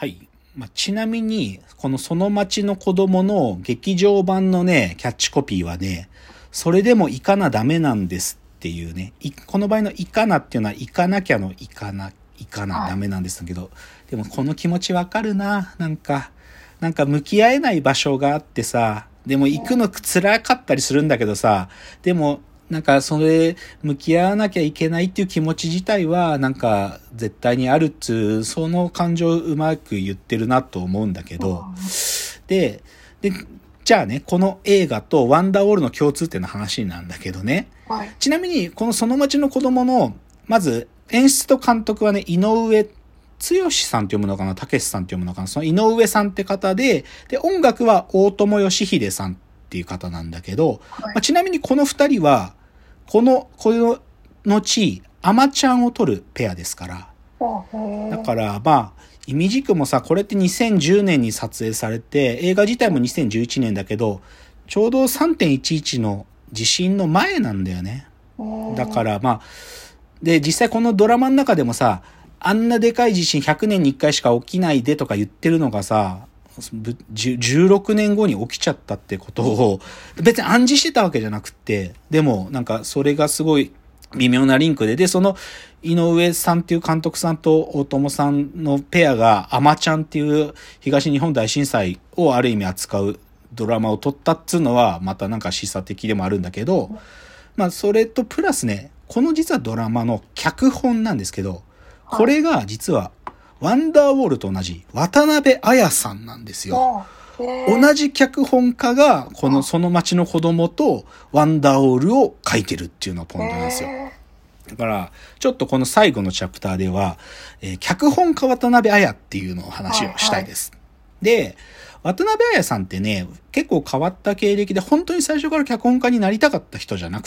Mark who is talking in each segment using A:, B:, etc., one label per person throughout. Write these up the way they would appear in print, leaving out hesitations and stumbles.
A: はい。ちなみに、このその町の子供の劇場版のね、キャッチコピーはね、それでも行かなダメなんですっていうね、この場合の行かなっていうのは行かなきゃの行かなダメなんですけど、でもこの気持ちわかるな。なんか向き合えない場所があってさ、でも行くの辛かったりするんだけどさ、でもそれ向き合わなきゃいけないっていう気持ち自体は絶対にあるっつう、その感情をうまく言ってるなと思うんだけど、でじゃあね、この映画とワンダーウォールの共通点の話なんだけどね、ちなみにこのその町の子供のまず演出と監督はね、井上剛さんって読むのかな、武さんって読むのかな、その井上さんって方で、音楽は大友義秀さんっていう方なんだけど、ちなみにこの二人は、この後、アマちゃんを撮るペアですから。だからイミジクもさ、これって2010年に撮影されて、映画自体も2011年だけど、ちょうど 3.11 の地震の前なんだよね。だからで、実際このドラマの中でもさ、あんなでかい地震100年に1回しか起きないでとか言ってるのがさ、16年後に起きちゃったってことを別に暗示してたわけじゃなくって、でもそれがすごい微妙なリンクで、その井上さんっていう監督さんと大友さんのペアがアマちゃんっていう東日本大震災をある意味扱うドラマを撮ったっつうのはまた示唆的でもあるんだけど、それとプラスね、この実はドラマの脚本なんですけど、これが実はワンダーウォールと同じ渡辺彩さんなんですよ。同じ脚本家がその町の子供とワンダーウォールを書いてるっていうのがポイントなんですよ。だからちょっとこの最後のチャプターでは、脚本家渡辺彩っていうのを話をしたいです。で、渡辺彩さんってね、結構変わった経歴で、本当に最初から脚本家になりたかった人じゃなくって、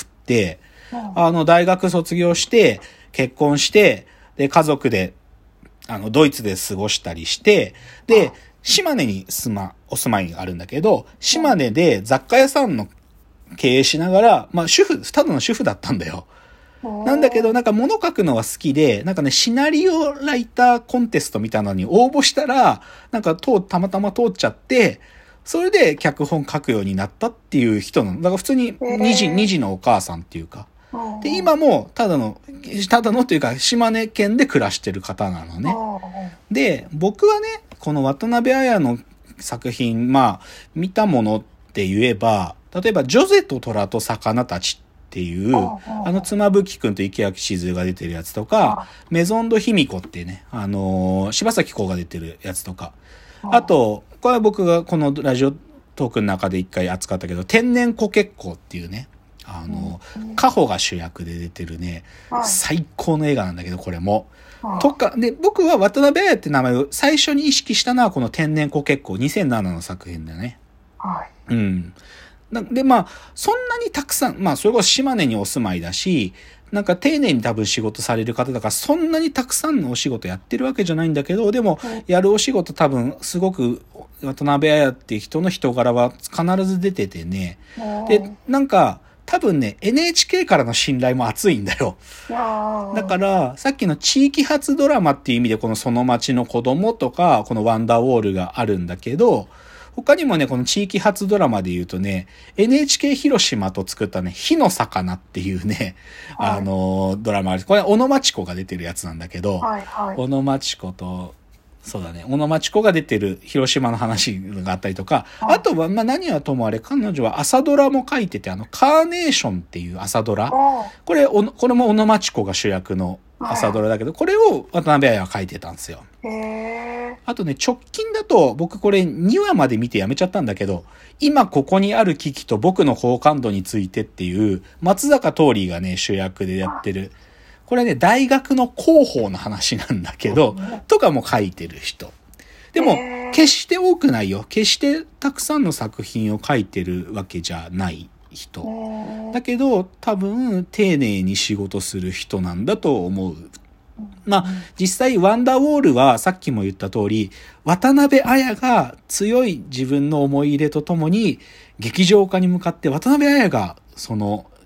A: 大学卒業して結婚して、で家族でドイツで過ごしたりして、で島根にお住まいがあるんだけど、島根で雑貨屋さんの経営しながら、ただの主婦だったんだよ。なんだけど物書くのは好きで、シナリオライターコンテストみたいなのに応募したら、たまたま通っちゃって、それで脚本書くようになったっていう人なの。だから普通に二児のお母さんっていうか。で、今もただのというか、島根県で暮らしてる方なのね。で、僕はね、この渡辺彩の作品、見たものって言えば、例えば、ジョゼと虎と魚たちっていう、妻夫木くんと池脇静が出てるやつとか、メゾンド卑弥呼ってね、柴咲コウが出てるやつとか、あと、これは僕がこのラジオトークの中で一回扱ったけど、天然コケッコーっていうね、カホが主役で出てるね、最高の映画なんだけど、これも。で、僕は渡辺彩って名前を最初に意識したのはこの天然コケッコー2007の作品だよね。で、そんなにたくさん、それこそ島根にお住まいだし、丁寧に多分仕事される方だから、そんなにたくさんのお仕事やってるわけじゃないんだけど、でも、やるお仕事多分、すごく、渡辺彩っていう人の人柄は必ず出ててね。で、多分ね、NHK からの信頼も厚いんだよ。だから、さっきの地域発ドラマっていう意味で、このその町の子供とか、このワンダーウォールがあるんだけど、他にもね、この地域発ドラマで言うとね、NHK 広島と作ったね、火の魚っていうね、ドラマある。これは小野町子が出てるやつなんだけど、小野町子と、そうだね、小野町子が出てる広島の話があったりとか、あとは、何はともあれ、彼女は朝ドラも書いてて、カーネーションっていう朝ドラ。これも小野町子が主役の朝ドラだけど、これを渡辺彩が書いてたんですよ。あとね、直近だと、僕これ2話まで見てやめちゃったんだけど、今ここにある危機と僕の好感度についてっていう、松坂桃李がね、主役でやってる。これね、大学の広報の話なんだけど、とかも書いてる人。でも、決して多くないよ。決してたくさんの作品を書いてるわけじゃない人。だけど、多分、丁寧に仕事する人なんだと思う。実際、ワンダーウォールはさっきも言った通り、渡辺彩が強い自分の思い入れとともに、劇場化に向かって渡辺彩が、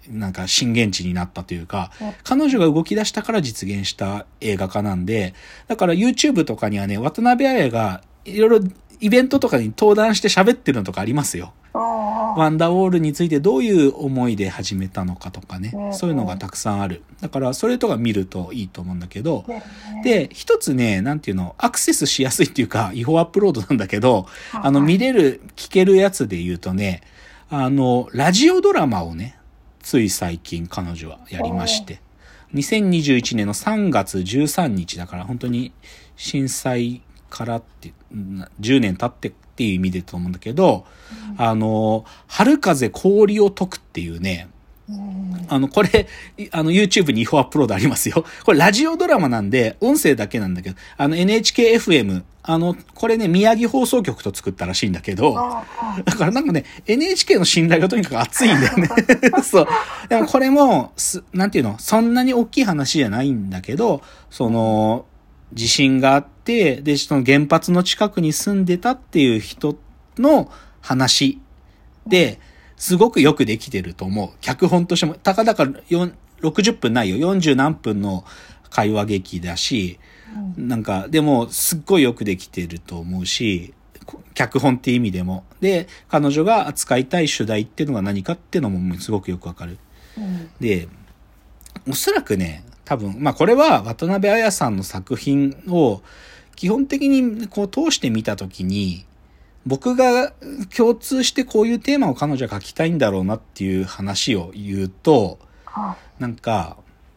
A: なんか震源地になったというか、彼女が動き出したから実現した映画化なんで、だから YouTube とかにはね、渡辺彩がいろいろイベントとかに登壇して喋ってるのとかありますよ。ワンダーウォールについてどういう思いで始めたのかとかね、そういうのがたくさんある。だからそれとか見るといいと思うんだけど、で、一つね、なんていうの、アクセスしやすいっていうか、違法アップロードなんだけど、見れる、聞けるやつで言うとね、ラジオドラマをね、つい最近彼女はやりまして、2021年の3月13日だから本当に震災からって10年経ってっていう意味でと思うんだけど、春風氷を解くっていうね、これ、YouTube に違法アップロードありますよ。これラジオドラマなんで、音声だけなんだけど、NHK-FM、これね、宮城放送局と作ったらしいんだけど、だからなんかね、NHK の信頼がとにかく熱いんだよね。そう。でもこれも、なんていうの、そんなに大きい話じゃないんだけど、地震があって、で、その原発の近くに住んでたっていう人の話で、すごくよくできてると思う。脚本としても、たかだか60分ないよ。40何分の会話劇だし、なんか、でも、すっごいよくできてると思うし、脚本って意味でも。で、彼女が扱いたい主題っていうのが何かっていうのもすごくよくわかる。で、おそらくね、多分、これは渡辺彩さんの作品を基本的にこう通してみたときに、僕が共通してこういうテーマを彼女は書きたいんだろうなっていう話を言うと、なんか、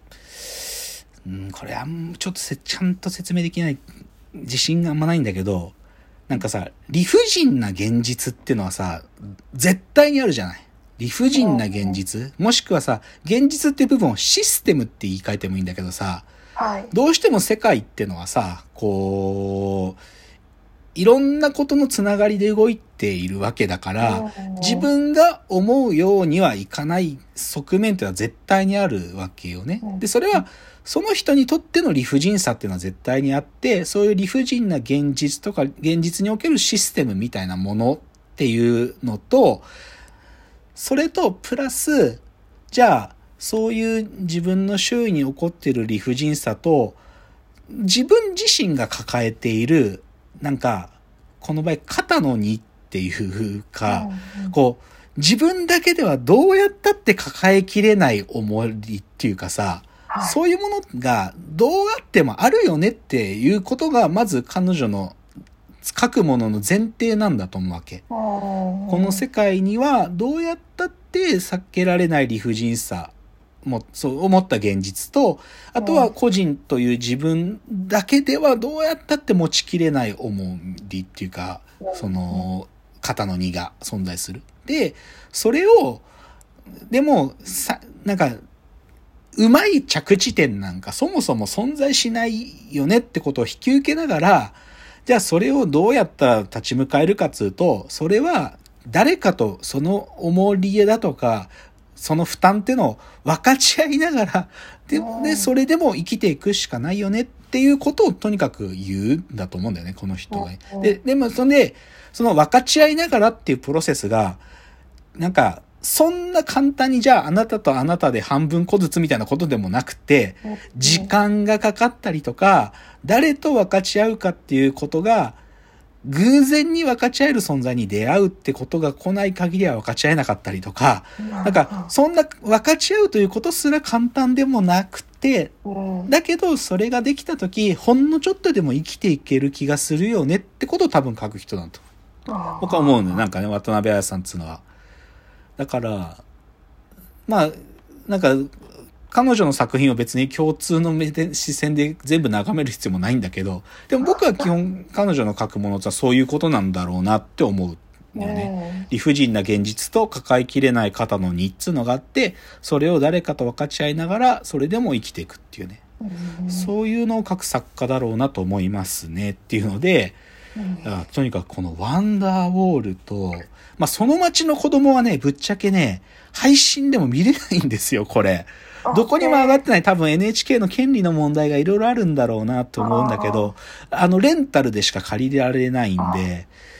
A: これちょっとちゃんと説明できない自信があんまないんだけど、なんかさ、理不尽な現実っていうのはさ、絶対にあるじゃない。理不尽な現実、もしくはさ、現実っていう部分をシステムって言い換えてもいいんだけどさ、どうしても世界ってのはさ、こう、いろんなことのつながりで動いているわけだから、自分が思うようにはいかない側面っていうのは絶対にあるわけよね。で、それは、その人にとっての理不尽さっていうのは絶対にあって、そういう理不尽な現実とか、現実におけるシステムみたいなものっていうのと、それとプラス、じゃあ、そういう自分の周囲に起こっている理不尽さと、自分自身が抱えている、なんか、この場合、肩の荷っていうか、こう、自分だけではどうやったって抱えきれない重りっていうかさ、そういうものがどうあってもあるよねっていうことが、まず彼女の書くものの前提なんだと思うわけ。この世界にはどうやったって避けられない理不尽さも、そう思った現実と、あとは個人という自分だけではどうやったって持ちきれない重りっていうか、その肩の荷が存在する。で、それを、でもなんか、うまい着地点なんかそもそも存在しないよねってことを引き受けながら、じゃあそれをどうやったら立ち向かえるかつうと、それは誰かとその重りだとか、その負担ってのを分かち合いながら、で、それでも生きていくしかないよねっていうことをとにかく言うんだと思うんだよね、この人が。でもその分かち合いながらっていうプロセスが、なんか、そんな簡単にじゃああなたとあなたで半分個ずつみたいなことでもなくて、時間がかかったりとか、誰と分かち合うかっていうことが、偶然に分かち合える存在に出会うってことが来ない限りは分かち合えなかったりとか、なんかそんな分かち合うということすら簡単でもなくて、だけどそれができた時、ほんのちょっとでも生きていける気がするよねってことを多分書く人だと。僕は思うの。なんかね、渡辺彩さんっていうのは。だから、なんか、彼女の作品を別に共通の視線で全部眺める必要もないんだけど、でも僕は基本彼女の書くものはそういうことなんだろうなって思うんだよね。理不尽な現実と抱えきれない肩の荷っつうのがあって、それを誰かと分かち合いながら、それでも生きていくっていうね。そういうのを書く作家だろうなと思いますねっていうので、とにかくこのワンダーウォールと、その町の子供はね、ぶっちゃけね、配信でも見れないんですよ、これ。どこにも上がってない。多分 NHK の権利の問題がいろいろあるんだろうなと思うんだけど、レンタルでしか借りられないんで、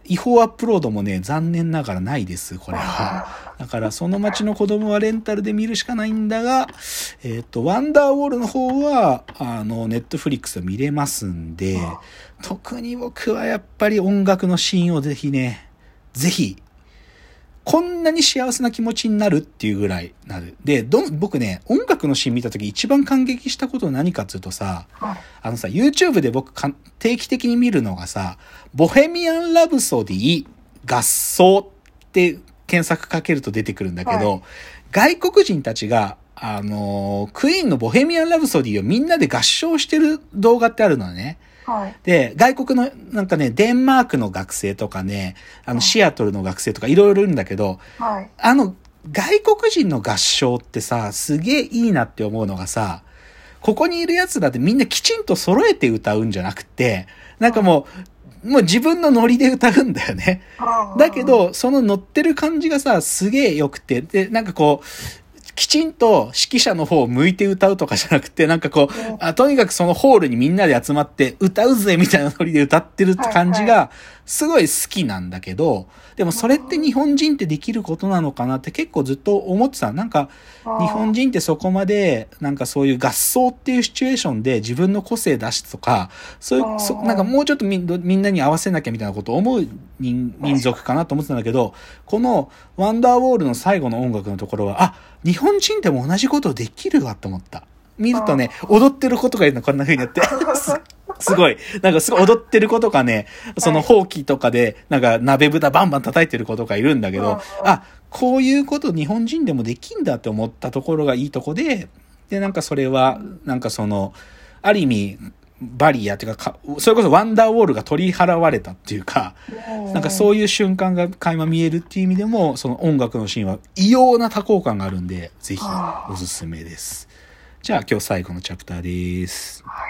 A: 違法アップロードもね、残念ながらないです、これは。だから、その町の子供はレンタルで見るしかないんだが、ワンダーウォールの方は、ネットフリックスで見れますんで、特に僕はやっぱり音楽のシーンをぜひね、ぜひ、こんなに幸せな気持ちになるっていうぐらいなる。で、僕ね、音楽のシーン見たとき一番感激したことは何かっていうとさ、YouTube で僕定期的に見るのがさ、ボヘミアン・ラブソディ合奏って検索かけると出てくるんだけど、外国人たちが、クイーンのボヘミアン・ラブソディをみんなで合唱してる動画ってあるのね。で、外国の、なんかね、デンマークの学生とかね、シアトルの学生とかいろいろいるんだけど、外国人の合唱ってさ、すげえいいなって思うのがさ、ここにいる奴らってみんなきちんと揃えて歌うんじゃなくて、なんかもう自分のノリで歌うんだよね。だけど、その乗ってる感じがさ、すげえ良くて、で、なんかこう、きちんと指揮者の方を向いて歌うとかじゃなくて、なんかこう、とにかくそのホールにみんなで集まって歌うぜみたいなノリで歌ってる感じがすごい好きなんだけど、でもそれって日本人ってできることなのかなって結構ずっと思ってた。なんか日本人ってそこまでなんかそういう合奏っていうシチュエーションで自分の個性出すとか、そういうなんかもうちょっとみんなに合わせなきゃみたいなことを思う民族かなと思ってたんだけど、このワンダーウォールの最後の音楽のところは、日本人でも同じことできるわと思った。見るとね、踊ってる子とかいるのこんな風にやって。すごい。なんかすごい踊ってる子とかね、そのほうきとかで、なんか鍋豚バンバン叩いてる子とかいるんだけど、こういうこと日本人でもできんだって思ったところがいいとこで、で、なんかそれは、なんかその、ある意味、バリアっていうか、それこそワンダーウォールが取り払われたっていうか、なんかそういう瞬間が垣間見えるっていう意味でも、その音楽のシーンは異様な多幸感があるんで、ぜひおすすめです。じゃあ今日最後のチャプターです。